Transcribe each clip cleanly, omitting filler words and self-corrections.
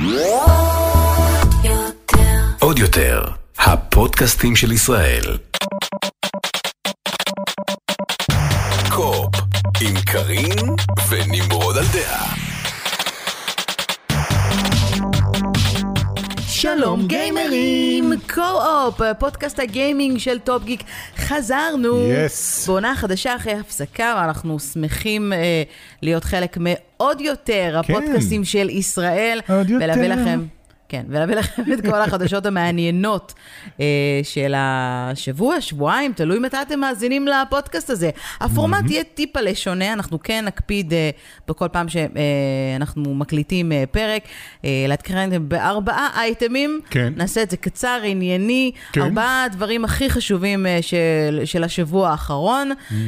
עוד יותר, הפודקאסטים של ישראל. קופ, עם קרין ונמרוד על דעה. שלום גיימרים, קו-אופ, פודקאסט הגיימינג של טופ גיק. חזרנו בעונה חדשה אחרי הפסקה, ואנחנו שמחים להיות חלק מעוד יותר הפודקאסטים של ישראל, ולהביא לכם ולהביא לכם את כל החדשות המעניינות של השבוע, שבועיים, תלוי מתי אתם מאזינים לפודקאסט הזה. הפורמט יהיה טיפה לשונה, אנחנו כן נקפיד בכל פעם שאנחנו מקליטים פרק, להתקרן ב4 אייטמים, נעשה את זה קצר, ענייני, 4 דברים הכי חשובים של השבוע האחרון,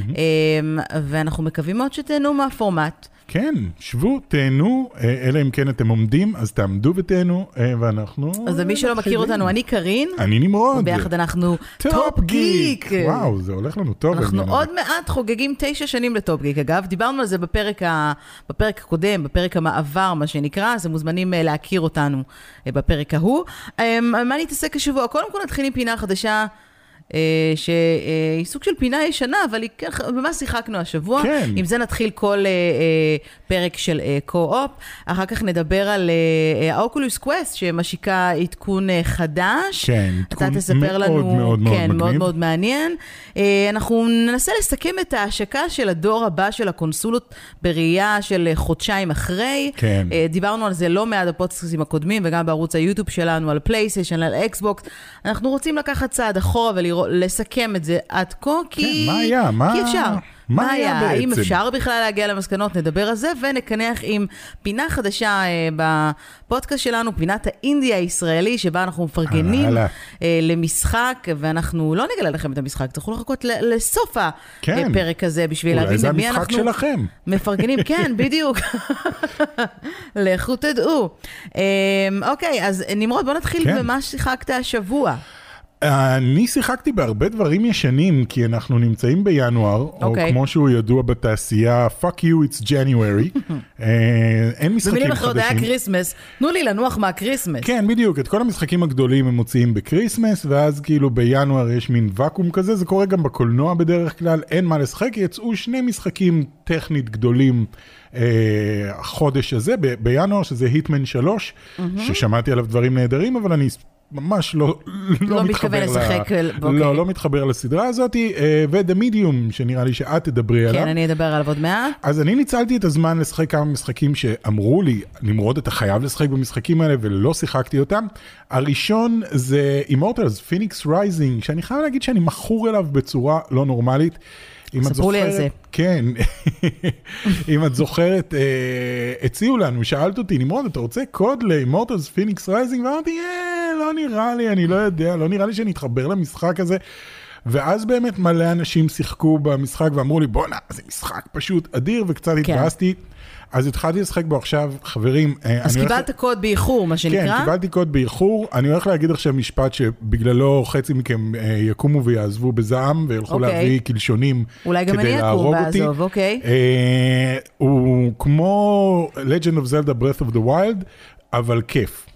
ואנחנו מקווים מאוד שתהנו מהפורמט. כן, שבו, תהנו, אלא אם כן אתם עומדים, אז תעמדו ותהנו, ואנחנו... אז מי שלא מכיר אותנו, אני קרין. אני נמרוד. וביחד אנחנו טופ גיק. וואו, זה הולך לנו טוב. אנחנו עוד מעט חוגגים 9 שנים לטופ גיק. אגב, דיברנו על זה בפרק הקודם, בפרק המעבר, מה שנקרא, אז מוזמנים להכיר אותנו בפרק ההוא. מה נתעסק השבוע? קודם כל נתחיל עם פינה חדשה, שהיא סוג של פינה ישנה, אבל במה שיחקנו השבוע. עם זה נתחיל כל פרק של קו-אופ. אחר כך נדבר על האוקולוס קווסט, שמשיקה עדכון חדש. כן, עדכון מאוד מאוד מעניין. אנחנו ננסה לסכם את ההשקה של הדור הבא של הקונסולות בראייה של חודשיים אחרי. דיברנו על זה לא מעט בפודקאסטים הקודמים, וגם בערוץ היוטיוב שלנו על פלייסטיישן, על אקסבוקס. אנחנו רוצים לקחת צעד אחורה לסכם את זה עד כה, כי אפשר. מה היה? האם אפשר בכלל להגיע למסקנות? נדבר על זה, ונקנח עם פינה חדשה בפודקאסט שלנו, פינת האינדי הישראלי, שבה אנחנו מפרגנים למשחק, ואנחנו לא נגלה לכם את המשחק, תוכלו לחכות לסוף הפרק הזה, בשביל להבין למי אנחנו מפרגנים. כן, בדיוק. לכו תדעו. אוקיי, אז נמרוד, בוא נתחיל במה ששיחקת השבוע. אני שיחקתי בהרבה דברים ישנים, כי אנחנו נמצאים בינואר, או כמו שהוא ידוע בתעשייה, fuck you, it's January. אין משחקים במילים אחרות, היה קריסמס, תנו לי לנוח מהקריסמס. כן, בדיוק, את כל המשחקים הגדולים הם מוציאים בקריסמס, ואז כאילו בינואר יש מין וקום כזה, זה קורה גם בקולנוע בדרך כלל, אין מה לשחק, יצאו 2 משחקים טכנית גדולים החודש הזה, בינואר, שזה היטמן 3, ששמעתי עליו דברים נהדרים, אבל אני ממש לא מתחבר לסדרה הזאת, ו-The Medium, שנראה לי שאת תדברי עליו. כן, אני אדבר עליו עוד מעט. אז אני ניצלתי את הזמן לשחק כמה משחקים שאמרו לי, נמרוד, אתה חייב לשחק במשחקים האלה, ולא שיחקתי אותם. הראשון זה Immortals, Phoenix Rising, שאני חייב להגיד שאני מכור אליו בצורה לא נורמלית. ספרו לי על זה. כן, אם את זוכרת, הציעו לנו, שאלת אותי, נמרוד, אתה רוצה קוד ל-Immortals Phoenix Rising? ואמרתי, לא נראה לי, אני לא יודע, לא נראה לי שאני אתחבר למשחק הזה. ואז באמת מלא אנשים שיחקו במשחק ואמרו לי, בוא, זה משחק פשוט אדיר, וקצת התבאסתי. אז התחלתי לשחק בו עכשיו, חברים. אז קיבלת קוד באיחור, מה שנקרא? כן, קיבלתי קוד באיחור. אני הולך להגיד עכשיו משפט שבגללו חצי מכם יקומו ויעזבו בזעם, וילכו להביא קלשונים כדי להרוג אותי. הוא כמו Legend of Zelda Breath of the Wild, אבל כיף.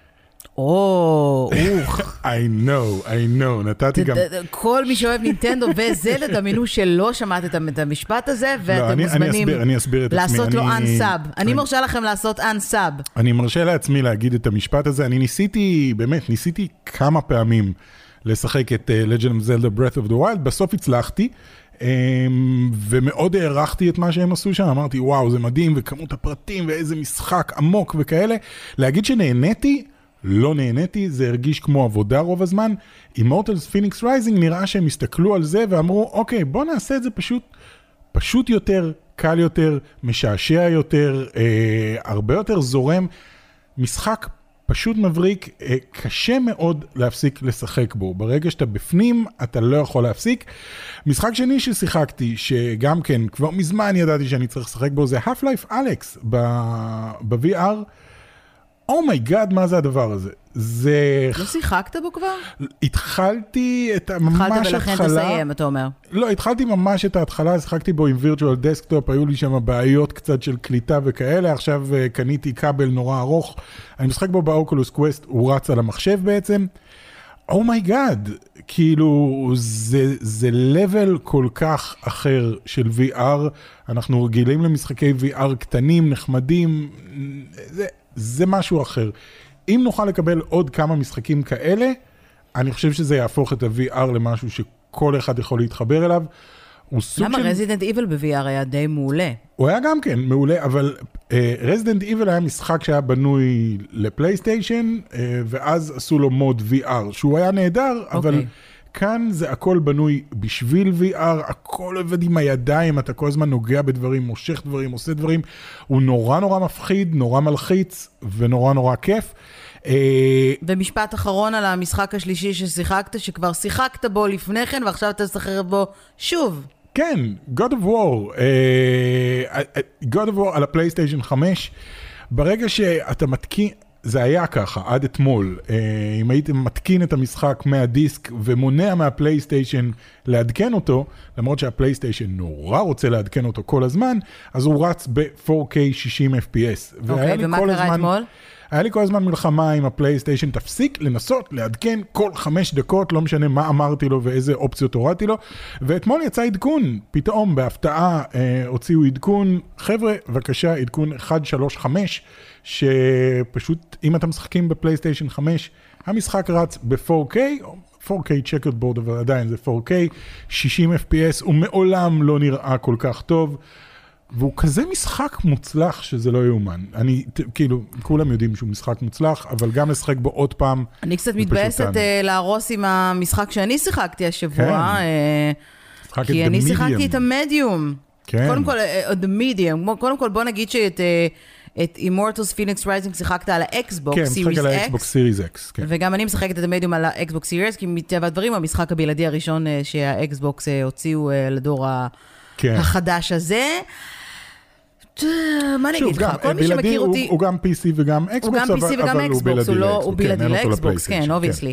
I know, נתתי גם... כל מי שאוהב נינטנדו וזלד, דמיינו שלא שמעתם את המשפט הזה, ואתם מוזמנים לעשות לו unsub. אני מרשה לכם לעשות unsub. אני מרשה לעצמי להגיד את המשפט הזה. אני ניסיתי כמה פעמים לשחק את Legend of Zelda Breath of the Wild, בסוף הצלחתי, ומאוד הערכתי את מה שהם עשו שם, אמרתי וואו זה מדהים, וכמות הפרטים ואיזה משחק עמוק וכאלה. להגיד שנהניתי, לא נהניתי, זה הרגיש כמו עבודה רוב הזמן. Immortals Phoenix Rising נראה שהם הסתכלו על זה ואמרו, אוקיי, בוא נעשה את זה פשוט יותר, קל יותר, משעשע יותר, הרבה יותר זורם. משחק פשוט מבריק, קשה מאוד להפסיק לשחק בו. ברגע שאתה בפנים, אתה לא יכול להפסיק. משחק שני ששיחקתי, שגם כן, כבר מזמן ידעתי שאני צריך לשחק בו, זה Half-Life Alyx ב-VR. אומייגאד, מה זה הדבר הזה? זה... לא שיחקת בו כבר? התחלתי את ממש התחלה... התחלת ולכן תסיים, אתה אומר. לא, התחלתי ממש את ההתחלה, שיחקתי בו עם וירטואל דסקטופ, היו לי שם בעיות קצת של קליטה וכאלה, עכשיו קניתי כבל נורא ארוך, אני משחק בו באוקולוס קווסט, הוא רץ על המחשב בעצם, אומייגאד, כאילו זה level כל כך אחר של VR, אנחנו רגילים למשחקי VR קטנים, נחמדים, זה משהו אחר. אם נוכל לקבל עוד כמה משחקים כאלה, אני חושב שזה יהפוך את ה-VR למשהו שכל אחד יכול להתחבר אליו. למה רזידנט איבל ב-VR היה די מעולה? הוא היה גם כן מעולה, אבל רזידנט איבל היה משחק שהיה בנוי לפלייסטיישן, ואז עשו לו מוד VR, שהוא היה נהדר, אבל כאן זה הכל בנוי בשביל VR, הכל עובד עם הידיים, אתה כל הזמן נוגע בדברים, מושך דברים, עושה דברים, הוא נורא נורא מפחיד, נורא מלחיץ, ונורא נורא כיף. ומשפט אחרון על המשחק השלישי ששיחקת, שכבר שיחקת בו לפני כן, ועכשיו אתה שחרר בו שוב. כן, God of War, God of War על הפלייסטיישן 5, ברגע שאתה מתקין, זה היה ככה, עד אתמול, אם הייתם מתקין את המשחק מהדיסק ומונע מהפלייסטיישן לעדכן אותו, למרות שהפלייסטיישן נורא רוצה לעדכן אותו כל הזמן, אז הוא רץ ב-4K 60 FPS. אוקיי, ומה קרה אתמול? היה לי כל הזמן מלחמה עם הפלייסטיישן, תפסיק לנסות לעדכן כל 5 דקות, לא משנה מה אמרתי לו ואיזה אופציות הורדתי לו, ואתמול יצא עדכון, פתאום בהפתעה הוציאו עדכון, חבר'ה, בבקשה, עדכון 135, שפשוט אם אתם משחקים בפלייסטיישן 5, המשחק רץ ב-4K, 4K צ'קרד בורד, אבל עדיין זה 4K, 60 FPS, הוא מעולם לא נראה כל כך טוב, והוא כזה משחק מוצלח שזה לא יאומן. אני, כאילו, כולם יודעים שהוא משחק מוצלח, אבל גם לשחק בו עוד פעם. אני קצת מתבאסת להרוס עם המשחק שאני שיחקתי השבוע, כי אני שיחקתי את המדיום. קודם כל, the medium. קודם כל, בוא נגיד שאת Immortals Phoenix Rising שיחקת על האקסבוקס, כן, משחק על האקסבוקס סיריס אקס. וגם אני משחקת את המדיום על האקסבוקס סיריס, כי מטבע הדברים, המשחק הבלעדי הראשון שהאקסבוקס הוציאו לדור החדש הזה. מה אני אגיד לך? כל מי שמכיר אותי... הוא גם PC וגם אקסבוקס, אבל הוא בלעדי לאקסבוקס. הוא בלעדי לאקסבוקס, כן, obviously.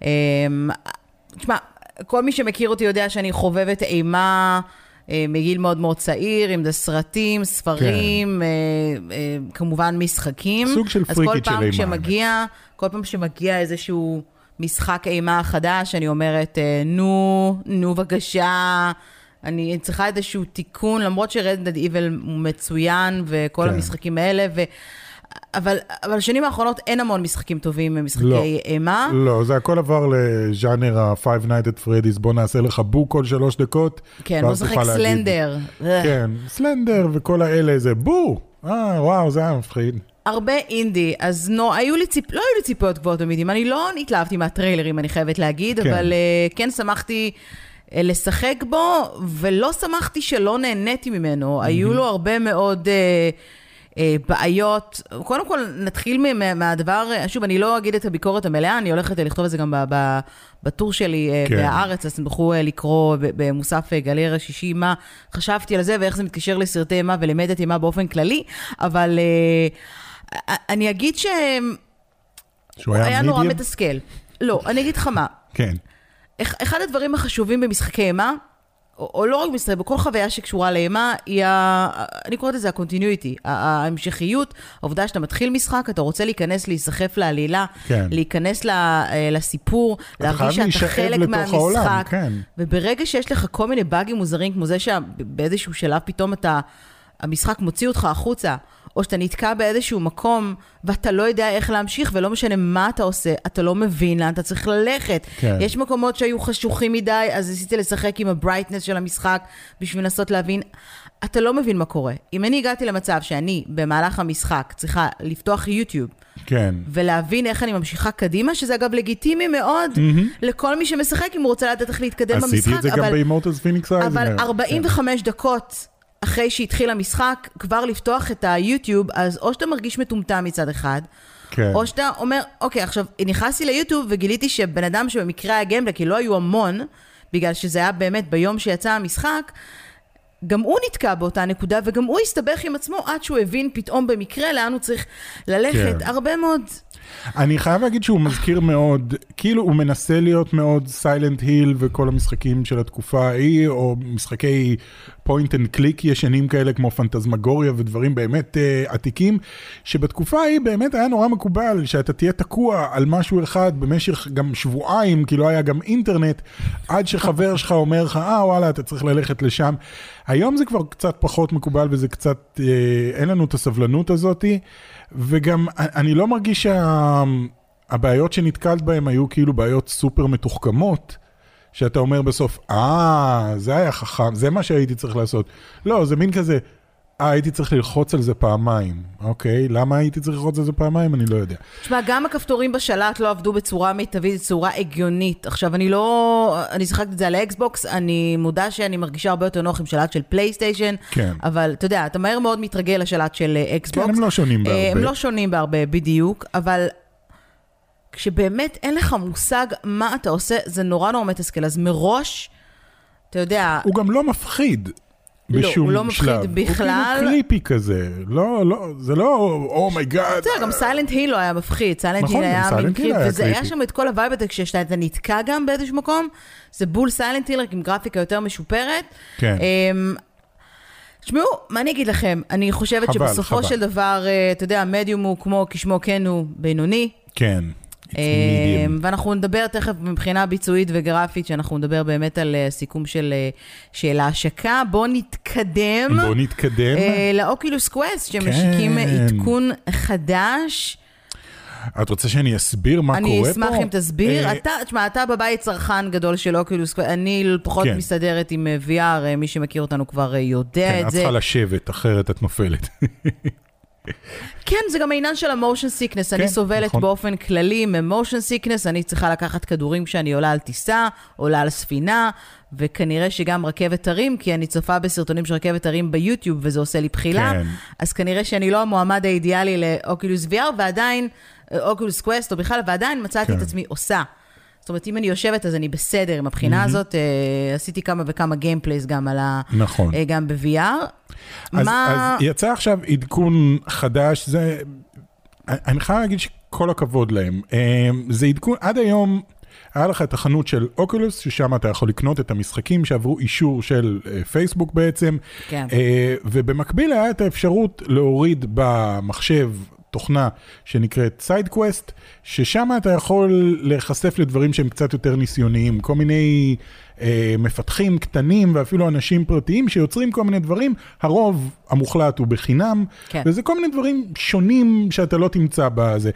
תשמע, כל מי שמכיר אותי יודע שאני חובבת אימה מגיל מאוד מאוד צעיר, עם סרטים, ספרים, כמובן משחקים. סוג של פריקית של אימה. כל פעם שמגיע איזשהו משחק אימה חדש, אני אומרת, נו בבקשה, אני צריכה איזשהו תיקון, למרות שרזידנט איבל הוא מצוין, וכל המשחקים האלה, אבל בשנים האחרונות אין המון משחקים טובים משחקי אימה. לא, זה הכל עבר לז'אנר ה-Five Nights at Freddy's, בוא נעשה לך בו כל 3 דקות. כן, בוא שחק סלנדר. כן, סלנדר וכל האלה זה בו. וואו, זה היה מפחיד. הרבה אינדי, אז לא היו לי ציפיות גבוהות במידים, אני לא התלהבתי מהטריילרים, אני חייבת להגיד, אבל כן שמחתי לשחק בו, ולא שמחתי שלא נהניתי ממנו. היו לו הרבה מאוד בעיות. קודם כל, נתחיל מהדבר, שוב, אני לא אגיד את הביקורת המלאה, אני הולכת לכתוב את זה גם בטור שלי בארץ, אז אתם תוכלו לקרוא במוסף גלריה שישי מה חשבתי על זה, ואיך זה מתקשר לסרטי אימה ולמדת אימה באופן כללי, אבל אני אגיד שהוא היה נורא מתסכל. לא, אני אגיד לך מה. כן. אחד הדברים החשובים במשחקי אימה, או לא רק במשחק, בכל חוויה שקשורה לאימה, אני קוראת לזה הקונטיניויטי, ההמשכיות, העובדה שאתה מתחיל משחק, אתה רוצה להיכנס, להיסחף לעלילה, להיכנס לסיפור, להרגיש שאתה חלק מהמשחק, וברגע שיש לך כל מיני באגים מוזרים, כמו זה שבאיזשהו שלב פתאום המשחק מוציא אותך החוצה, או שאתה נתקע באיזשהו מקום, ואתה לא יודע איך להמשיך, ולא משנה מה אתה עושה, אתה לא מבין לאן אתה צריך ללכת. כן. יש מקומות שהיו חשוכים מדי, אז ניסיתי לשחק עם הברייטנס של המשחק, בשביל לנסות להבין, אתה לא מבין מה קורה. אם אני הגעתי למצב שאני, במהלך המשחק, צריכה לפתוח יוטיוב, כן. ולהבין איך אני ממשיכה קדימה, שזה אגב לגיטימי מאוד, לכל מי שמשחק, אם הוא רוצה לדעת איך להתקדם במשחק. עשיתי את זה גם באימורטלס פיניקס רייזינג. אבל 45 דקות אחרי שהתחיל המשחק, כבר לפתוח את היוטיוב, אז או שאתה מרגיש מטומטם מצד אחד, כן. או שאתה אומר, אוקיי, עכשיו, נכנסתי ליוטיוב וגיליתי שבן אדם שבמקרה היה גיימפליי, כי לא היו המון, בגלל שזה היה באמת ביום שיצא המשחק, גם הוא נתקע באותה נקודה, וגם הוא הסתבך עם עצמו עד שהוא הבין פתאום במקרה לאן הוא צריך ללכת. כן. הרבה מאוד אני חייב להגיד שהוא מזכיר מאוד, כאילו הוא מנסה להיות מאוד סיילנט היל וכל המשחקים של התקופה ההיא, או משחקי פוינט אנד קליק ישנים כאלה כמו פנטזמגוריה ודברים באמת עתיקים, שבתקופה ההיא באמת היה נורא מקובל שאתה תהיה תקוע על משהו אחד במשך גם שבועיים, כי לא היה גם אינטרנט, עד שחבר שלך אומר לך, וואלה, אתה צריך ללכת לשם. היום זה כבר קצת פחות מקובל וזה קצת, אין לנו את הסבלנות הזאת, וגם אני לא מרגיש שהבעיות שנתקלת בהן היו כאילו בעיות סופר מתוחכמות, שאתה אומר בסוף, זה היה חכם, זה מה שהייתי צריך לעשות. לא, זה מין כזה, הייתי צריך ללחוץ על זה פעמיים. אוקיי, למה הייתי צריך ללחוץ על זה פעמיים? אני לא יודע. תשמע, גם הכפתורים בשלט לא עבדו בצורה מיטבית, בצורה הגיונית. עכשיו, אני שחקתי את זה על האקסבוקס, אני מודע שאני מרגישה הרבה יותר נוח עם שלט של פלייסטיישן, כן. אבל אתה יודע, אתה מהר מאוד מתרגל לשלט של אקסבוקס. כן, הם לא שונים בהרבה. הם לא שונים בהרבה, בדיוק, אבל כשבאמת אין לך מושג מה אתה עושה, זה נורא נורא מתסכל. אז מראש, אתה יודע... הוא גם לא מפחיד. לא, הוא לא מפחיד בכלל. הוא כאילו קליפי כזה. לא, זה לא, אומייגאד. בסדר, גם סיילנט היל לא היה מפחיד. סיילנט היל היה מין קריפ, וזה היה שם את כל הווייב הזה, כשאתה נתקע גם באיזשהו מקום, זה בול סיילנט היל, עם גרפיקה יותר משופרת. כן. תשמעו, מה אני אגיד לכם? אני חושבת שבסופו של דבר, אתה יודע, המדיום הוא כמו כשמו כן הוא בינוני. כן. ואנחנו נדבר תכף מבחינה ביצועית וגרפית, שאנחנו נדבר באמת על סיכום של ההשקה. בואו נתקדם. לאוקילוס קווסט, שמשיקים עדכון חדש. את רוצה שאני אסביר מה קורה פה? אני אשמח אם תסביר. אתה בבית צרכן גדול של אוקילוס קווסט, אני פחות מסתדרת עם VR, מי שמכיר אותנו כבר יודע את זה. כן, את צריכה לשבת, אחרת את נופלת. כן, זה גם העניין של המושן סיקנס, אני סובלת באופן כללי ממושן סיקנס, אני צריכה לקחת כדורים כשאני עולה על טיסה, עולה על ספינה, וכנראה שגם רכבת הרים, כי אני צופה בסרטונים של רכבת הרים ביוטיוב, וזה עושה לי בחילה, אז כנראה שאני לא המועמד האידיאלי לאוקילוס VR, ועדיין, אוקילוס קווסט, או בכלל, ועדיין מצאתי את עצמי עושה. זאת אומרת, אם אני יושבת, אז אני בסדר עם הבחינה הזאת, עשיתי כמה וכמה גיימפלייס גם גם ב-VR. אז יצא עכשיו עדכון חדש, אני חייב להגיד שכל הכבוד להם. זה עדכון, עד היום היה לך את החנות של אוקולוס, ששם אתה יכול לקנות את המשחקים שעברו אישור של פייסבוק בעצם, ובמקביל היה את האפשרות להוריד במחשב תוכנה שנקראת סיידקווסט, ששם אתה יכול להיחשף לדברים שהם קצת יותר ניסיוניים, כל מיני מפתחים קטנים ואפילו אנשים פרטיים שיוצרים כל מיני דברים, הרוב המוחלט הוא בחינם, וזה כל מיני דברים שונים שאתה לא תמצא בזה.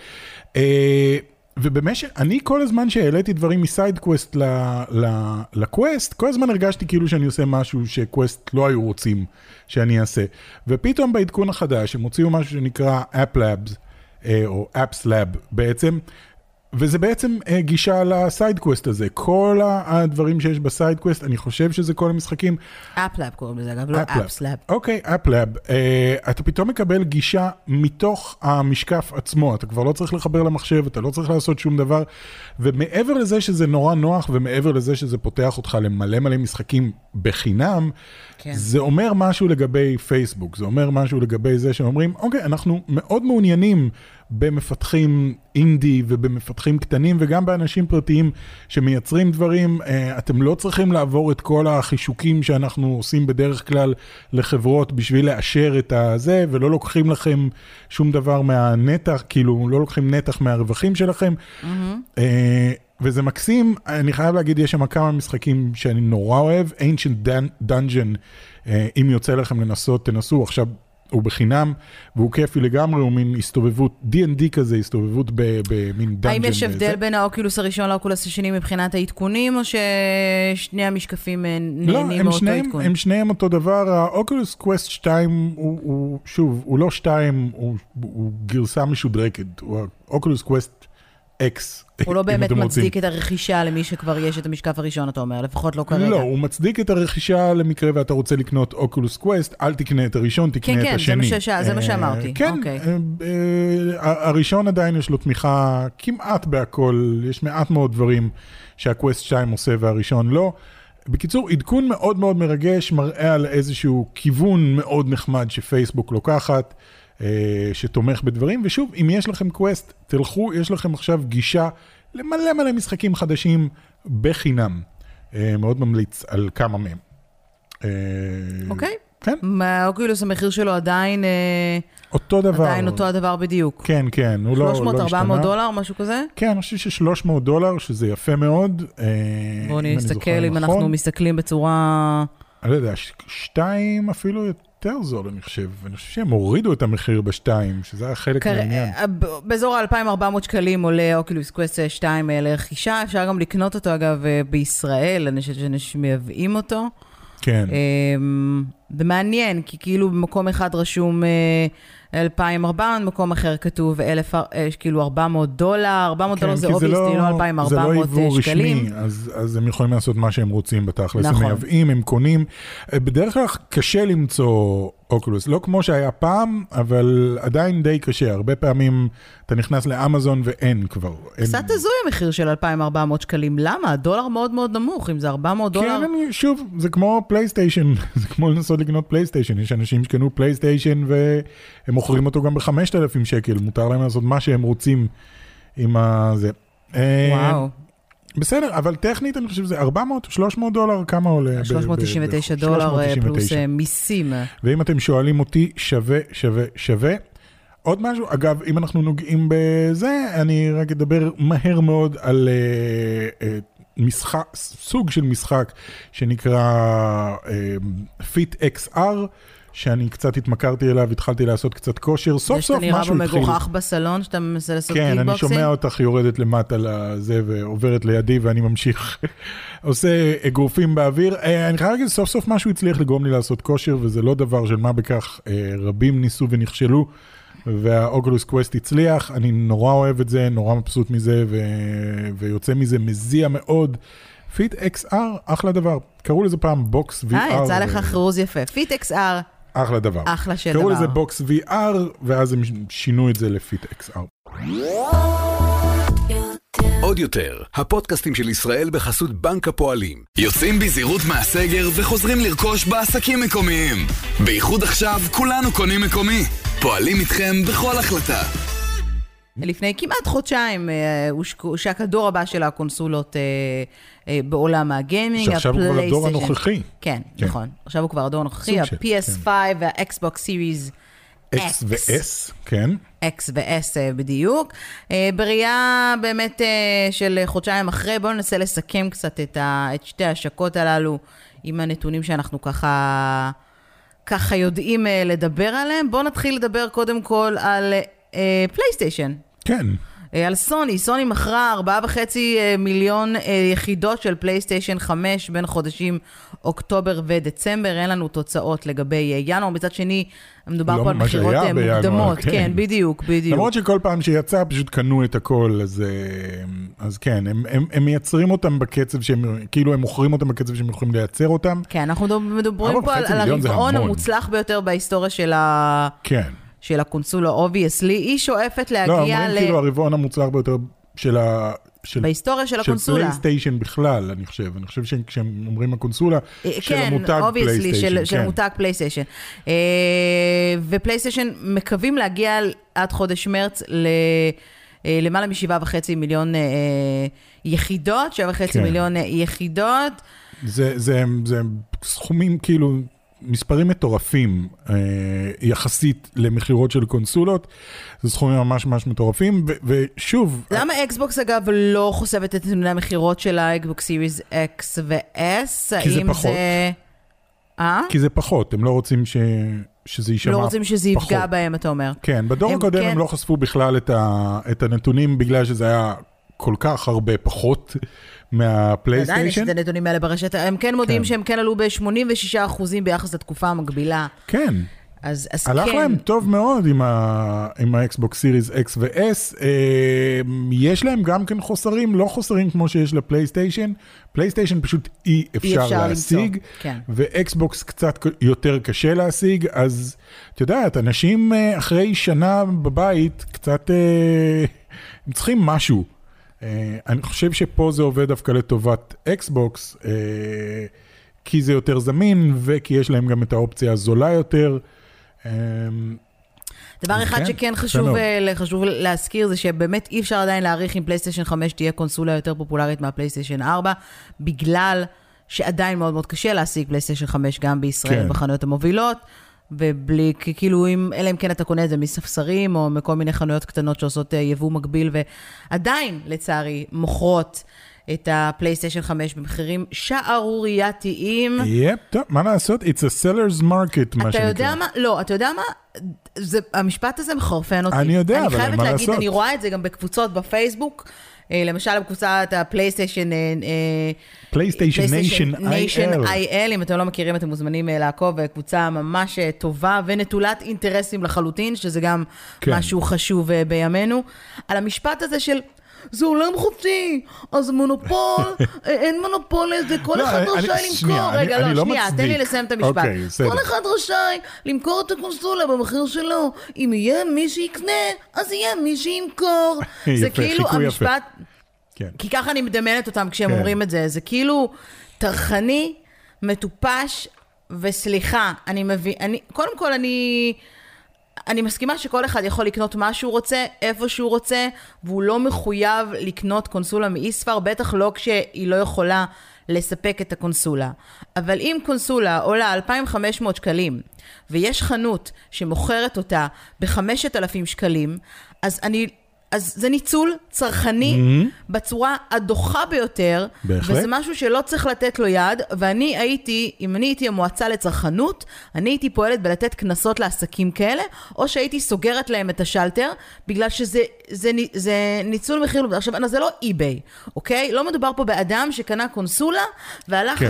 ובמשך, אני כל הזמן שהעליתי דברים מסיידקווסט לקווסט, כל הזמן הרגשתי כאילו שאני עושה משהו שקווסט לא היו רוצים שאני אעשה. ופתאום בעדכון החדש, הם הוציאו משהו שנקרא App Labs, או Apps Lab בעצם, וזה בעצם גישה לסיידקווסט הזה. כל הדברים שיש בסיידקווסט, אני חושב שזה כל המשחקים. אפלאב קוראים לזה, אגב, לא אפסלאב. אוקיי, אפלאב. אתה פתאום מקבל גישה מתוך המשקף עצמו. אתה כבר לא צריך לחבר למחשב, אתה לא צריך לעשות שום דבר. ומעבר לזה שזה נורא נוח, ומעבר לזה שזה פותח אותך למלא מלא משחקים בחינם, זה אומר משהו לגבי פייסבוק. זה אומר משהו לגבי זה שאומרים, אוקיי, אנחנו מאוד מעוניינים במפתחים אינדי ובמפתחים קטנים וגם באנשים פרטיים שמייצרים דברים. אתם לא צריכים לעבור את כל החישוקים שאנחנו עושים בדרך כלל לחברות בשביל לאשר את הזה, ולא לוקחים לכם שום דבר מהנתח, כאילו לא לוקחים נתח מהרווחים שלכם. וזה מקסים. אני חייב להגיד, יש שם כמה משחקים שאני נורא אוהב. Ancient Dungeon, אם יוצא לכם לנסות, תנסו. עכשיו הוא בחינם, והוא כיפי לגמרי, הוא מין הסתובבות, D&D כזה, הסתובבות במין דאנג'ן. האם יש הבדל בין האוקילוס הראשון לאוקילוס השני מבחינת העדכונים, או ששני המשקפים נהנים מאותו עדכון? הם שניהם אותו דבר. האוקילוס קווסט 2, הוא שוב, הוא לא 2, הוא גרסה משודרקת, הוא האוקילוס קווסט X. הוא לא באמת מצדיק את הרכישה למי שכבר יש את המשקף הראשון, אתה אומר, לפחות לא כרגע. לא, הוא מצדיק את הרכישה למקרה ואתה רוצה לקנות אוקולוס קווסט, אל תקנה את הראשון, תקנה את השני. כן, זה מה שאמרתי. כן, הראשון עדיין יש לו תמיכה כמעט בהכל, יש מעט מאוד דברים שהקווסט 2 עושה והראשון לא. בקיצור, עדכון מאוד מאוד מרגש, מראה על איזשהו כיוון מאוד נחמד שפייסבוק לוקחת, שתומך בדברים, ושוב, אם יש לכם קווסט, תלכו, יש לכם עכשיו גישה למלא מלא משחקים חדשים בחינם. מאוד ממליץ על כמה מהם. אוקיי. כן. האוקולוס, המחיר שלו עדיין... אותו דבר. עדיין אותו הדבר בדיוק. כן, כן. הוא לא השתנה. $300-400, משהו כזה? כן, אני חושב $300, שזה יפה מאוד. בואו נסתכל אם אנחנו מסתכלים בצורה... אני לא יודע, 2 אפילו יותר זול, אני חושב. אני חושב שהם הורידו את המחיר ב2, שזה היה חלק מהעניין. באזור ה-2,400 שקלים עולה אוקולוס קווסט 2 לרכישה. אפשר גם לקנות אותו, אגב, בישראל. אני חושבת שאנשים מייבאים אותו. כן. ומעניין, כי כאילו במקום אחד רשום 2,400, במקום אחר כתוב כאילו $400, $400 זה אוביסטי, לא 2,400 שקלים. זה לא עיבור רשמי, אז הם יכולים לעשות מה שהם רוצים בתכלס. הם מייבאים, הם קונים. בדרך כלל קשה למצוא אוקולוס, לא כמו שהיה פעם, אבל עדיין די קשה. הרבה פעמים אתה נכנס לאמזון ואין כבר. קצת הזוי המחיר של 2,400 שקלים. למה? הדולר מאוד מאוד נמוך, אם זה $400. כן, שוב, זה כמו פלייסטיישן, זה כמו לנסות לקנות פלייסטיישן. יש אנשים שקנו פלייסטיישן והם מוכרים אותו גם ב$5,000 שקל. מותר להם לעשות מה שהם רוצים עם זה. וואו. בסדר, אבל טכנית אני חושב שזה $400, $300, כמה עולה? $399 פלוס מיסים. ואם אתם שואלים אותי, שווה. עוד משהו, אגב, אם אנחנו נוגעים בזה, אני רק אדבר מהר מאוד על משחק, סוג של משחק שנקרא Fit XR, שאני קצת התמכרתי אליו, התחלתי לעשות קצת כושר, סוף סוף משהו התחיל. שאתה נראה במגוחך בסלון, שאתה מנסה לעשות קיקבוקסינג? כן, אני שומע אותך יורדת למטה לזה, ועוברת לידי, ואני ממשיך, עושה אגרופים באוויר. אני חייב להגיד, סוף סוף משהו הצליח לגרום לי לעשות כושר, וזה לא דבר של מה בכך, רבים ניסו ונכשלו, והאוקולוס קווסט הצליח, אני נורא אוהב את זה, נורא מבסוט מזה, ויוצא מזה מזיע מאוד. פיט XR, אחלה דבר. קראו לזה פעם בוקס VR. יצא לך חרוז יפה. פיט XR. אחלה דבר. אחלה של דבר. קראו לזה בוקס VR, ואז הם שינו את זה לפיט XR. עוד יותר, הפודקאסטים של ישראל בחסות בנק הפועלים. יוצאים בזהירות מהסגר וחוזרים לרכוש בעסקים מקומיים. בייחוד עכשיו כולנו קונים מקומי. פועלים איתכם בכל החלטה. לפני כמעט חודשיים הושק הדור הבא של הקונסולות בעולם הגיימינג. שעכשיו הוא כבר הדור הנוכחי. כן, נכון. עכשיו הוא כבר הדור הנוכחי, ה-PS5 וה-Xbox Series X ו-S, כן. X ו-S בדיוק. בראייה באמת של חודשיים אחרי, בואו ננסה לסכם קצת את שתי השקות הללו עם הנתונים שאנחנו ככה יודעים לדבר עליהם. בואו נתחיל לדבר קודם כל על פלייסטיישן. כן. על סוני. סוני מכרה 4.5 מיליון יחידות של פלייסטיישן 5 בין חודשים אוקטובר ודצמבר. אין לנו תוצאות לגבי ינואר. מצד שני, מדובר פה על מחירות מוקדמות. כן, בדיוק. למרות שכל פעם שיצא פשוט קנו את הכל, אז כן, הם מייצרים אותם בקצב שהם, כאילו הם מוכרים אותם בקצב שהם יכולים לייצר אותם. כן, אנחנו מדברים פה על הרבעון המוצלח ביותר בהיסטוריה כן. של הקונסולה, obviously, היא שואפת להגיע לא, אומרים כאילו הרבעון המוצלח ביותר בהיסטוריה של הקונסולה. של פלייסטיישן בכלל, אני חושב. אני חושב שכשהם אומרים הקונסולה, של המותג פלייסטיישן. כן, של מותג פלייסטיישן. ופלייסטיישן מקווים להגיע עד חודש מרץ למעלה מ7.5 מיליון יחידות, 7.5 מיליון יחידות. זה סכומים כאילו... מספרים מטורפים יחסית למחירות של קונסולות, זה סכומים ממש ממש מטורפים, ושוב... למה אקסבוקס אגב לא חושפת את נתוני המחירות של האקסבוקס סיריס X ו-S? כי זה פחות. כי זה פחות, הם לא רוצים שזה יישמע פחות. לא רוצים שזה יפגע בהם, אתה אומר. כן, בדור הקודם הם לא חשפו בכלל את הנתונים, בגלל שזה היה כל כך הרבה פחות מהפלייסטיישן. עדיין יש את הנתונים האלה ברשת. הם כן מודיעים שהם כן עלו ב-86% ביחס לתקופה המקבילה. כן. אז הלך כן. להם טוב מאוד עם ה-Xbox Series X ו-S. יש להם גם כן חוסרים, לא חוסרים כמו שיש לפלייסטיישן. פלייסטיישן פשוט אי אפשר להשיג. כן. ו-Xbox קצת יותר קשה להשיג. אז את יודעת, אנשים אחרי שנה בבית קצת הם צריכים משהו. אני חושב שפה זה עובד דווקא לטובת אקסבוקס, כי זה יותר זמין, וכי יש להם גם את האופציה הזולה יותר. דבר אחד שכן חשוב להזכיר, זה שבאמת אי אפשר עדיין להעריך אם פלייסטיישן 5 תהיה קונסולה יותר פופולרית מהפלייסטיישן 4, בגלל שעדיין מאוד מאוד קשה להשיג פלייסטיישן 5 גם בישראל בחנויות המובילות, ובלי, כאילו, אלא אם כן אתה קונה את זה מספסרים, או מכל מיני חנויות קטנות שעושות יבוא מקביל, ועדיין, לצערי, מוכרות את הפלייסטיישן 5 במחירים שערורייתיים. טוב, מה לעשות? It's a seller's market, מה שנקרא. אתה יודע מה? לא, אתה יודע מה? המשפט הזה מחרפן אותי. אני יודע, אבל מה לעשות? אני חייבת להגיד, אני רואה את זה גם בקבוצות בפייסבוק, למשל בקבוצת הפלייסטיישן Nation IL, אם אתם לא מכירים, אתם מוזמנים לעקוב, קבוצה ממש טובה ונטולת אינטרסים לחלוטין, שזה גם משהו חשוב בימינו. על המשפט הזה של זה עולם חופשי, אז מונופול, אין מונופול לזה, כל אחד רשאי למכור. רגע, לא, שנייה, תן לי לסיים את המשפט. כל אחד רשאי למכור את הקונסולה במחיר שלו. אם יהיה מי שיקנה, אז יהיה מי שימכור. זה כאילו המשפט, כי ככה אני מדמיינת אותם כשהם אומרים את זה, זה כאילו תרחני, מטופש, וסליחה, קודם כל אני מסכימה שכל אחד יכול לקנות מה שהוא רוצה, איפה שהוא רוצה, והוא לא מחויב לקנות קונסולה מאיספר, בטח לא כשהיא לא יכולה לספק את הקונסולה. אבל אם קונסולה עולה 2,500 שקלים, ויש חנות שמוכרת אותה ב5,000 שקלים, אז זה ניצול צרכני בצורה הדוחה ביותר, וזה משהו שלא צריך לתת לו יד, ואני הייתי, אם אני הייתי המועצה לצרכנות, אני הייתי פועלת בלתת כנסות לעסקים כאלה, או שהייתי סוגרת להם את השלטר, בגלל שזה ניצול מחיר. עכשיו, זה לא eBay, אוקיי? לא מדובר פה באדם שקנה קונסולה, והלך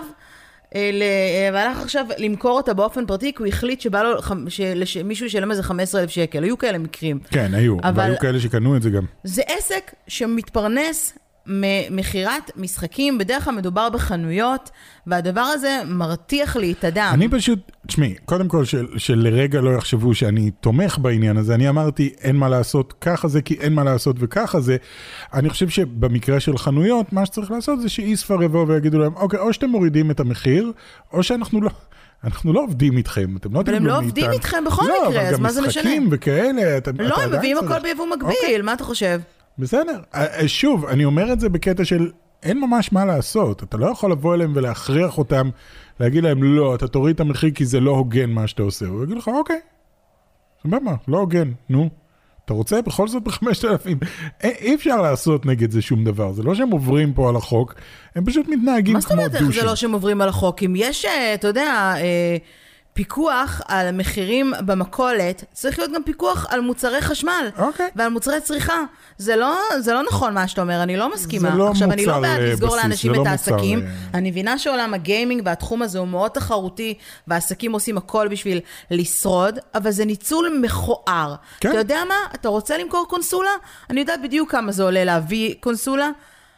עכשיו למכור אותה באופן פרטי, כי הוא החליט שבא לו, שמישהו ישלם איזה 15,000 שקל. היו כאלה מקרים. כן, היו. והיו כאלה שקנו את זה גם. זה עסק שמתפרנס ממחירת משחקים, בדרך כלל מדובר בחנויות, והדבר הזה מרתיח לי את הדם. אני פשוט, תשמעי, קודם כל שלרגע לא יחשבו שאני תומך בעניין הזה, אני אמרתי אין מה לעשות ככה זה, כי אין מה לעשות וככה זה. אני חושב שבמקרה של חנויות, מה שצריך לעשות זה שאיספר יבוא ויגידו להם, אוקיי, או שאתם מורידים את המחיר, או שאנחנו לא עובדים איתכם, אתם לא אבל הם לא עובדים איתכם בכל מקרה, אז מה זה משנה? לא, אבל גם משחקים וכאלה. לא, הם מביאים הכל ביבוא מקביל, מה אתה חושב? בסדר. שוב, אני אומר את זה בקטע של אין ממש מה לעשות. אתה לא יכול לבוא אליהם ולהכריח אותם, להגיד להם, לא, אתה תוריד את המחיר כי זה לא הוגן מה שאתה עושה. הוא יגיד לך, אוקיי, סבבה, לא הוגן, נו. אתה רוצה בכל זאת ב5,000. אי אפשר לעשות נגד זה שום דבר. זה לא שהם עוברים פה על החוק, הם פשוט מתנהגים כמו דושים. מה זאת אומרת, זה לא שהם עוברים על החוק? אם יש, אתה יודע, פיקוח על מחירים במכולת, צריך להיות גם פיקוח על מוצרי חשמל, ועל מוצרי צריכה. זה לא נכון מה שאתה אומר, אני לא מסכימה. לא עכשיו, אני לא בעד בסיס, לסגור לאנשים את העסקים. אני מבינה שעולם הגיימינג והתחום הזה הוא מאוד תחרותי, והעסקים עושים הכל בשביל לשרוד, אבל זה ניצול מכוער. כן. אתה יודע מה? אתה רוצה למכור קונסולה? אני יודעת בדיוק כמה זה עולה להביא קונסולה.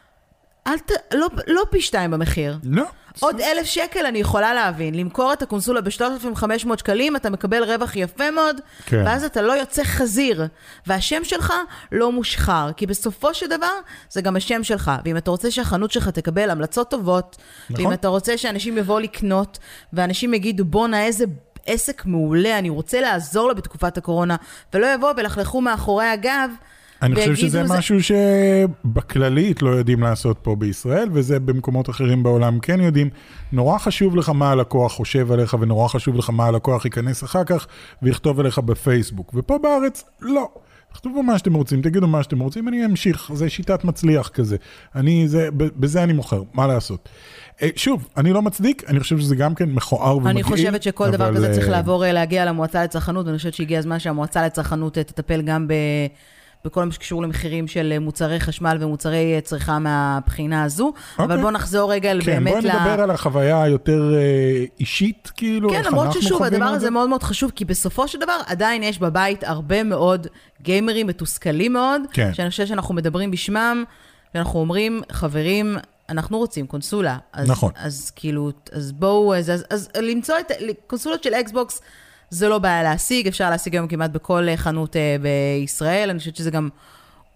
לא פי 2 במחיר. לא. עוד 1,000 שקל אני יכולה להבין. למכור את הקונסולה ב3,500 שקלים, אתה מקבל רווח יפה מאוד, כן. ואז אתה לא יוצא חזיר, והשם שלך לא מושחר, כי בסופו של דבר זה גם השם שלך, ואם אתה רוצה שהחנות שלך תקבל המלצות טובות, נכון. ואם אתה רוצה שאנשים יבואו לקנות, ואנשים יגידו בונה איזה עסק מעולה, אני רוצה לעזור לו בתקופת הקורונה, ולא יבואו ולחלכו מאחורי הגב, אני חושב שזה משהו שבכללית לא יודעים לעשות פה בישראל, וזה במקומות אחרים בעולם כן יודעים. נורא חשוב לך מה הלקוח חושב עליך, ונורא חשוב לך מה הלקוח ייכנס אחר כך, ויכתוב עליך בפייסבוק. ופה בארץ, לא. תכתובו מה שאתם רוצים, תגידו מה שאתם רוצים, אני אמשיך. זה שיטת מצליח כזה. בזה אני מוכר, מה לעשות? שוב, אני לא מצדיק, אני חושב שזה גם כן מכוער ומגעיל. אני חושבת שכל דבר כזה צריך להגיע למועצה לצרכנות, ואני חושבת שהגיע הזמן שהמועצה לצרכנות תטפל גם בכל מה שקשור למחירים של מוצרי חשמל ומוצרי צריכה מהבחינה הזו. אבל בואו נחזור רגע באמת בואו נדבר על החוויה היותר אישית, כאילו, כן, למרות ששוב, הדבר הזה מאוד מאוד חשוב, כי בסופו של דבר עדיין יש בבית הרבה מאוד גיימרים מתוסכלים מאוד, שאני חושב שאנחנו מדברים בשמם, ואנחנו אומרים, חברים, אנחנו רוצים קונסולה. נכון. אז כאילו, אז בואו, אז למצוא את קונסולות של אקסבוקס, זה לא בעיה להשיג, אפשר להשיג היום כמעט בכל חנות בישראל, אני חושבת שזה גם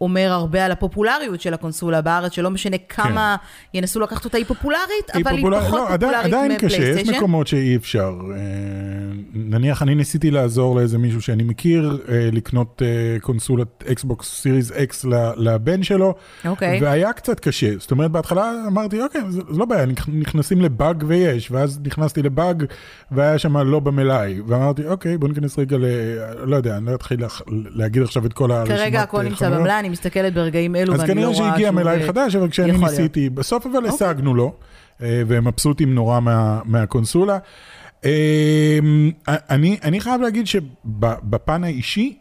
אומר הרבה על הפופולריות של הקונסולה בארץ, שלא משנה כמה ינסו לקחת אותה, היא פופולרית, אבל היא פחות פופולרית עדיין קשה, יש מקומות שאי אפשר. נניח, אני ניסיתי לעזור לאיזה מישהו שאני מכיר, לקנות קונסולת Xbox Series X לבן שלו, והיה קצת קשה. זאת אומרת, בהתחלה אמרתי, אוקיי, זה לא בעיה, נכנסים לבאג ויש, ואז נכנסתי לבאג, והיה שם לא במלאי, ואמרתי, אוקיי, בוא ניכנס רגע לא יודע, אני לא אתחיל להגיד עכשיו את כל הרשימת. כרגע הכל נמצא במלאי, אני מסתכלת ברגעים אלו, אז כנראה שהגיע מלאי חדש, אבל כשאני ניסיתי, בסוף אבל השגנו לו, והם מבסוטים נורא מהקונסולה. אני חייב להגיד שבפן האישי,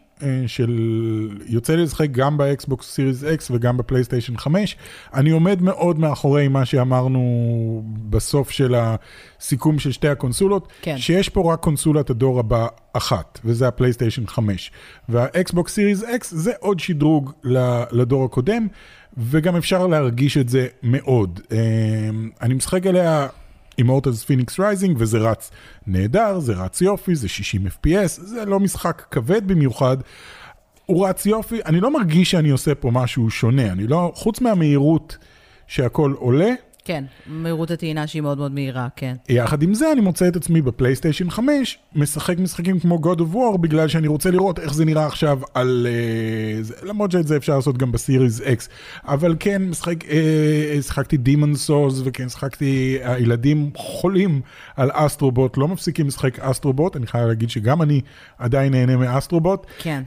יוצא לי לשחק גם באקסבוקס סיריס אקס וגם בפלייסטיישן 5, אני עומד מאוד מאחורי מה שאמרנו בסוף של הסיכום של שתי הקונסולות, שיש פה רק קונסולת הדור הבא אחת, וזה הפלייסטיישן 5. והאקסבוקס סיריס אקס זה עוד שדרוג לדור הקודם, וגם אפשר להרגיש את זה מאוד. אני משחק עליה Immortals Phoenix Rising, וזה רץ נהדר, זה רץ יופי, זה 60 FPS, זה לא משחק כבד במיוחד, הוא רץ יופי, אני לא מרגיש שאני עושה פה משהו שונה, אני לא, חוץ מהמהירות שהכל עולה, כן, מהירות הטעינה שהיא מאוד מאוד מהירה, כן. יחד עם זה אני מוצא את עצמי בפלייסטיישן 5, משחק משחקים כמו God of War, בגלל שאני רוצה לראות איך זה נראה עכשיו על... למרות שאת זה אפשר לעשות גם בסיריז X, אבל כן, שחקתי Demon Souls, וכן שחקתי, הילדים חולים על אסטרובוט, לא מפסיקים לשחק אסטרובוט, אני חייב להגיד שגם אני עדיין נהנה מאסטרובוט. כן.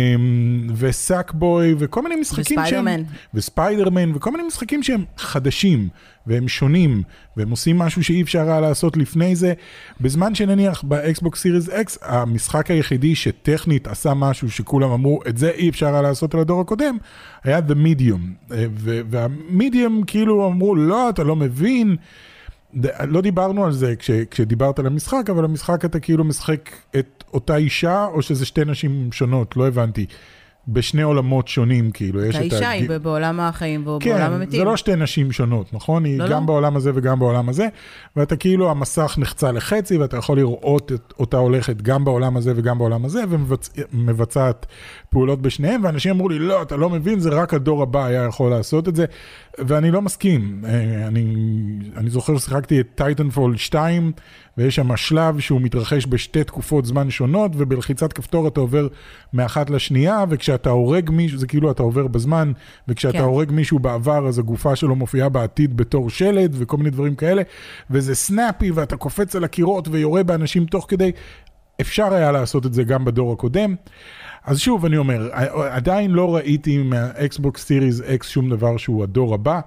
וסאקבוי, וכל מיני משחקים וספיידרמן. וספיידרמן, וכל מיני משחקים שהם חדשים. והם שונים, והם עושים משהו שאי אפשר היה לעשות לפני זה, בזמן שנניח באקסבוקס סיריס אקס, המשחק היחידי שטכנית עשה משהו שכולם אמרו, את זה אי אפשר היה לעשות על הדור הקודם, היה The Medium, והמדיום כאילו אמרו, לא, אתה לא מבין, לא דיברנו על זה כשדיברת על המשחק, אבל המשחק אתה כאילו משחק את אותה אישה, או שזה שתי נשים שונות, לא הבנתי. בשני עולמות שונים, כאילו. האישה היא בעולם החיים ובעולם המתים. כן, זה לא שתי נשים שונות, נכון? היא גם בעולם הזה וגם בעולם הזה, ואתה כאילו, המסך נחצה לחצי, ואתה יכול לראות אותה הולכת גם בעולם הזה וגם בעולם הזה, ומבצעת פעולות בשניהם, ואנשים אמרו לי, לא, אתה לא מבין, זה רק הדור הבא היה יכול לעשות את זה, ואני לא מסכים. אני זוכר ששיחקתי את טייטנפול 2, ויש שם שלב שהוא מתרחש בשתי תקופות זמן שונות, ובלחיצת כפתור אתה עובר מאחת לשנייה, וכשאתה הורג מישהו, זה כאילו אתה עובר בזמן, וכשאתה הורג מישהו בעבר, אז הגופה שלו מופיעה בעתיד בתור שלד, וכל מיני דברים כאלה, וזה סנאפי, ואתה קופץ על הקירות, ויורה באנשים תוך כדי, אפשר היה לעשות את זה גם בדור הקודם. אז שוב, אני אומר, עדיין לא ראיתי מהאקסבוקס סיריס אקס שום דבר שהוא הדור הבא,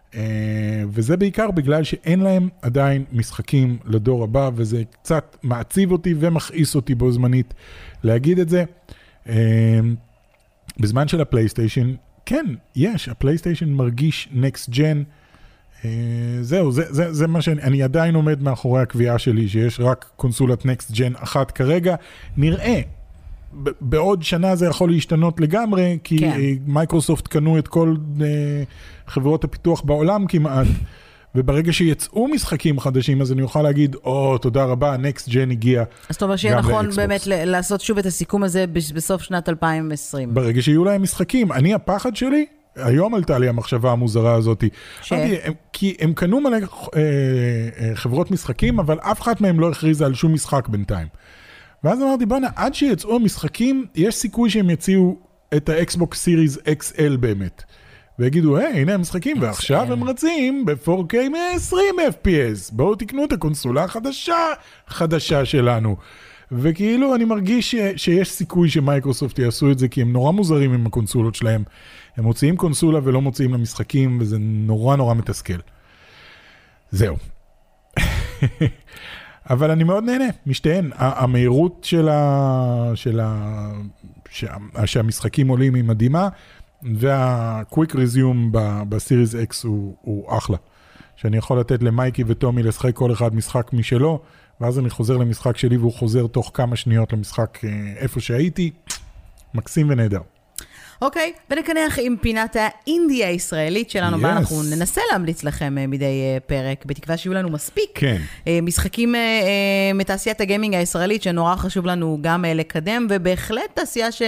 וזה בעיקר בגלל שאין להם עדיין משחקים לדור הבא, וזה קצת מעציב אותי ומכעיס אותי בו זמנית להגיד את זה. בזמן של הפלייסטיישן, כן, יש, הפלייסטיישן מרגיש נקסט ג'ן, זהו, זה מה שאני עדיין עומד מאחורי הקביעה שלי, שיש רק קונסולת נקסט ג'ן אחת כרגע, נראה. בעוד שנה זה יכול להשתנות לגמרי, כי מייקרוסופט קנו את כל חברות הפיתוח בעולם כמעט, וברגע שיצאו משחקים חדשים, אז אני אוכל להגיד, תודה רבה, נקסט ג'ן הגיע. אז אתה אומר שיהיה נכון באמת לעשות שוב את הסיכום הזה בסוף שנת 2020. ברגע שיהיו להם משחקים, הפחד שלי, היום עלתה לי המחשבה המוזרה הזאת, כי הם קנו מלא חברות משחקים, אבל אף אחד מהם לא הכריזה על שום משחק בינתיים. ואז אמרתי, בוא'נה, עד שיצאו המשחקים, יש סיכוי שהם יציעו את האקסבוקס סיריס XL באמת. ויגידו, הנה המשחקים, ועכשיו הם רצים ב-4K 120 FPS. בואו תקנו את הקונסולה החדשה שלנו. וכאילו אני מרגיש שיש סיכוי שמייקרוסופט יעשו את זה, כי הם נורא מוזרים עם הקונסולות שלהם. הם מוציאים קונסולה ולא מוציאים למשחקים, וזה נורא נורא מתסכל. זהו. אבל אני מאוד נהנה, משתיהן. המהירות שהמשחקים עולים היא מדהימה, וה-Quick Resume בסיריס X הוא אחלה. שאני יכול לתת למייקי וטומי לשחק כל אחד משחק משלו, ואז אני חוזר למשחק שלי, והוא חוזר תוך כמה שניות למשחק איפה שהייתי. מקסים ונהדר. אוקיי, ונקנח עם פינת האינדיה הישראלית שלנו, בה אנחנו ננסה להמליץ לכם מדי פרק, בתקווה שיהיו לנו מספיק משחקים מתעשיית הגיימינג הישראלית, שנורא חשוב לנו גם לקדם, ובהחלט תעשייה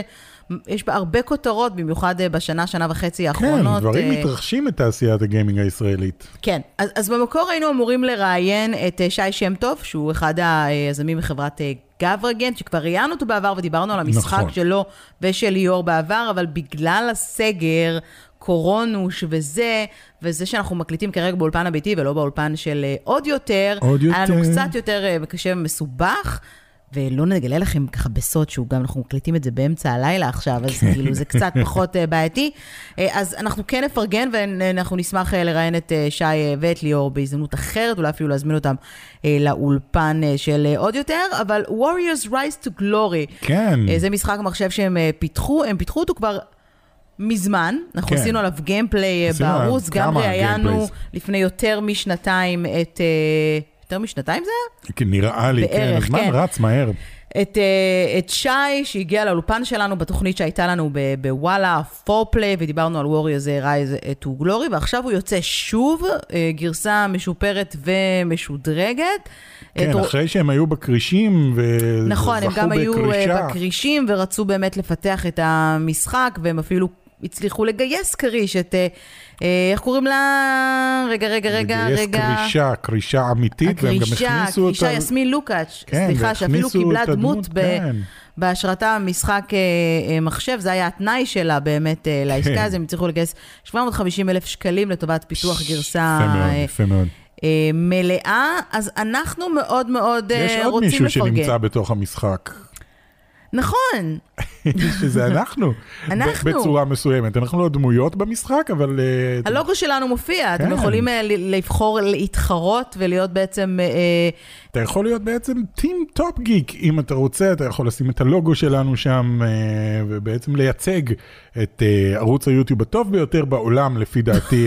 יש בה הרבה כותרות, במיוחד בשנה, שנה וחצי האחרונות. כן, דברים מתרחשים את תעשיית הגיימינג הישראלית. כן, אז במקור היינו אמורים לראיין את שי שם טוב, שהוא אחד היזמים מחברת גברגן, שכבר ראיינו אותו בעבר ודיברנו על המשחק שלו ושל ליאור בעבר, אבל בגלל הסגר, קורונוש וזה שאנחנו מקליטים כרגע באולפן הביתי ולא באולפן של עוד יותר, היה לנו קצת יותר קשה ומסובך, ולא נגלה לכם ככה בסוד, שהוא גם אנחנו מקליטים את זה באמצע הלילה עכשיו, אז כאילו זה קצת פחות בעייתי. אז אנחנו כן נפרגן, ואנחנו נשמח לראיין את שי ואת ליאור בהזדמנות אחרת, אולי אפילו להזמין אותם לאולפן של עוד יותר, אבל Warriors Rise to Glory, כן. זה משחק מחשב שהם פיתחו, הם פיתחו אותו כבר מזמן, אנחנו עשינו עליו גיימפליי בערוץ, גם ראיינו לפני יותר משנתיים את... יותר משנתיים זה היה? כן, נראה לי, כן, הזמן רץ מהר. את שי, שהגיע לאולפן שלנו בתוכנית שהייתה לנו בוואלה, פורפליי, ודיברנו על Warriors Rise to Glory, ועכשיו הוא יוצא שוב, גרסה משופרת ומשודרגת. כן, אחרי שהם היו בקרישים, נכון, הם גם היו בקרישים, ורצו באמת לפתח את המשחק, והם אפילו הצליחו לגייס קריש, את... איך קוראים לה? רגע. לגייס קרישה אמיתית, והם גם הכניסו אותה... קרישה יסמין לוקאץ', סליחה, שאפילו קיבלה דמות בהשראתה משחק מחשב, זה היה התנאי שלה באמת לעסקה, אז הם הצליחו לגייס 750,000 שקלים לטובת פיתוח גרסה מלאה, אז אנחנו מאוד מאוד רוצים לפרגן. יש עוד מישהו שנמצא בתוך המשחק. נכון. שזה אנחנו. בצורה מסוימת. אנחנו לא דמויות במשחק, אבל... הלוגו שלנו מופיע. אתם יכולים לבחור להתחרות ולהיות בעצם... אתה יכול להיות בעצם טים טופ גיק. אם אתה רוצה, אתה יכול לשים את הלוגו שלנו שם, ובעצם לייצג את ערוץ היוטיוב הטוב ביותר בעולם, לפי דעתי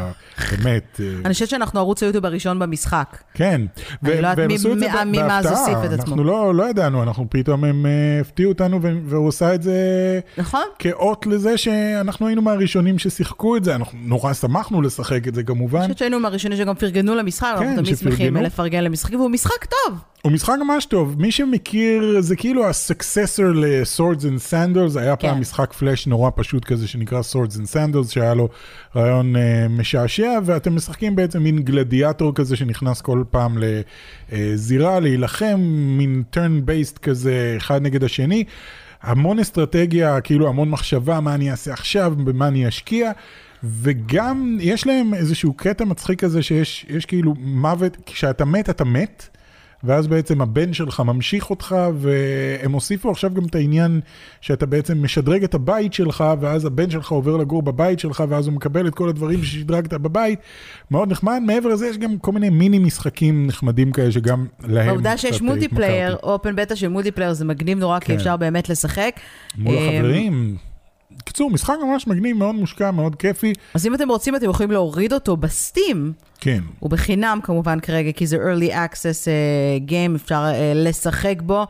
באמת. אני חושבת שאנחנו ערוץ היוטיוב הראשון במשחק. כן. אני לא יודעת מי מאז הוסיף את עצמו. אנחנו לא ידענו, אנחנו פתאום הם הפתיעו אותנו, והוא עושה את זה כאות לזה שאנחנו היינו מהראשונים ששיחקו את זה, אנחנו נורא שמחנו לשחק את זה כמובן. אני חושבת שהיינו מהראשונים שגם פרגנו למשחק, אנחנו תמיד שמחים לפרגן למשחקים, והוא משחק טוב. הוא משחק ממש טוב, מי שמכיר, זה כאילו הסקססור ל-Swords and Sandals, זה היה פעם משחק פלאש נורא פשוט כזה שנקרא Swords and Sandals, שהיה לו רעיון משעשע, ואתם משחקים בעצם מין גלדיאטור כזה שנכנס כל פעם לזירה, להילחם, מין turn-based כזה, אחד נגד השני, המון אסטרטגיה, כאילו המון מחשבה, מה אני אעשה עכשיו, במה אני אשקיע, וגם יש להם איזשהו קטע מצחיק כזה שיש כאילו מוות, כשאתה מת, אתה מת, ואז בעצם הבן שלך ממשיך אותך, והם הוסיפו עכשיו גם את העניין שאתה בעצם משדרג את הבית שלך, ואז הבן שלך עובר לגור בבית שלך, ואז הוא מקבל את כל הדברים ששדרגת בבית. מאוד נחמד. מעבר לזה יש גם כל מיני מיני משחקים נחמדים כאלה, שגם להם... העובדה שיש מולטיפלייר, אופן בטא של מולטיפלייר, זה מגניב נורא, כי אפשר באמת לשחק. מול החברים. קיצור, משחק ממש מגניב, מאוד מושקע, מאוד כיפי. אז אם אתם רוצים, אתם יכולים להוריד אותו בסטים. כן. הוא בחינם כמובן כרגע, כי זה early access game, אפשר לשחק בו.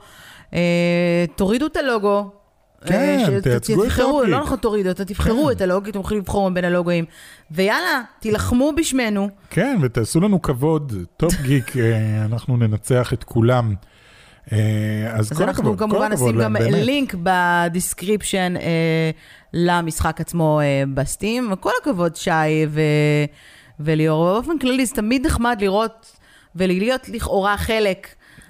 תורידו את הלוגו. כן, תייצגו את הלוגו. לא נכון, תורידו, תבחרו את הלוגו, אתם יכולים לבחור בין הלוגוים. ויאללה, תילחמו בשמנו. כן, ותעשו לנו כבוד. טופ גיק, אנחנו ננצח את כולם. אז אנחנו כמובן נשים גם לינק בדיסקריפשן למשחק עצמו בסטים. כל הכבוד שי וליאור. באופן כללי זה תמיד נחמד לראות ולהיות לכאורה חלק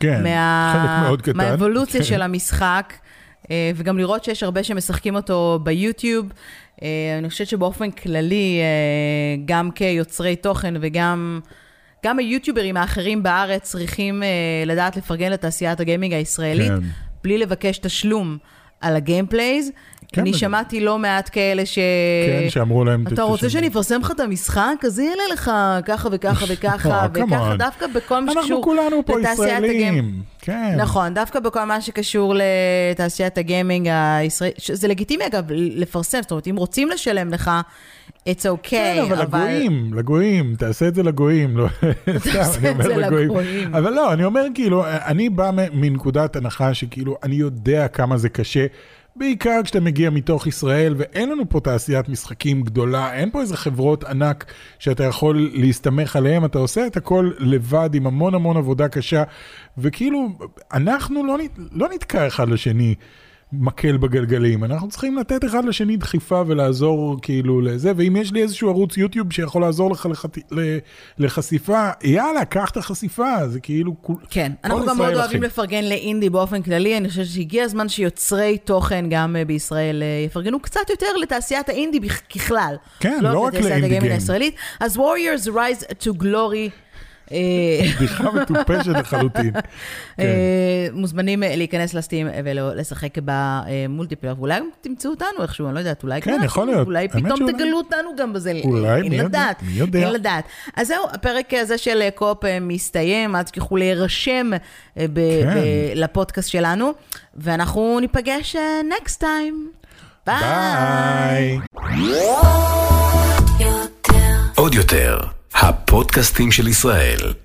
מהאבולוציה של המשחק, וגם לראות שיש הרבה שמשחקים אותו ביוטיוב. אני חושבת שבאופן כללי, גם כיוצרי תוכן וגם היוטיוברים האחרים בארץ צריכים לדעת לפרגן לתעשיית הגיימינג הישראלית, בלי לבקש תשלום על הגיימפלייז. אני שמעתי לא מעט כאלה שאמרו להם, אתה רוצה שאני אפרסם לך את המשחק? אז יעלה לך ככה וככה וככה, וככה דווקא בכל מה שקשור לתעשיית הגיימינג. נכון, דווקא בכל מה שקשור לתעשיית הגיימינג הישראלית. זה לגיטימי אגב לפרסם, זאת אומרת, אם רוצים לשלם לך, it's okay. כן, אבל לגויים, תעשה את זה לגויים. תעשה את זה לגויים. אבל לא, אני אומר כאילו, אני בא מנקודת הנחה שכאילו, אני יודע כמה זה קשה, בעיקר כשאתה מגיע מתוך ישראל, ואין לנו פה תעשיית משחקים גדולה, אין פה איזה חברות ענק שאתה יכול להסתמך עליהם, אתה עושה את הכל לבד עם המון המון עבודה קשה, וכאילו, אנחנו לא נתקע אחד לשני, מקל בגלגלים, אנחנו צריכים לתת אחד לשני דחיפה ולעזור כאילו לזה, ואם יש לי איזשהו ערוץ יוטיוב שיכול לעזור לך לחשיפה, יאללה, קח את החשיפה, זה כאילו... כן, אנחנו גם מאוד אוהבים לפרגן לאינדי באופן כללי, אני חושבת שהגיע הזמן שיוצרי תוכן גם בישראל יפרגנו קצת יותר לתעשיית האינדי ככלל. כן, לא רק לאינדי גיים. אז Warriors Rise to Glory, בדיחה מטופשת לחלוטין. מוזמנים להיכנס לסטים ולשחק במולטיפלייר, ואולי תמצאו אותנו איכשהו, אני לא יודעת, אולי כן, יכול להיות. אולי פתאום תגלו אותנו גם בזה. אולי, מי יודע. אז זהו, הפרק הזה של קופ מסתיים, אז תשכחו להירשם לפודקאסט שלנו, ואנחנו ניפגש next time. ביי. עוד יותר, הפודקאסטים של ישראל.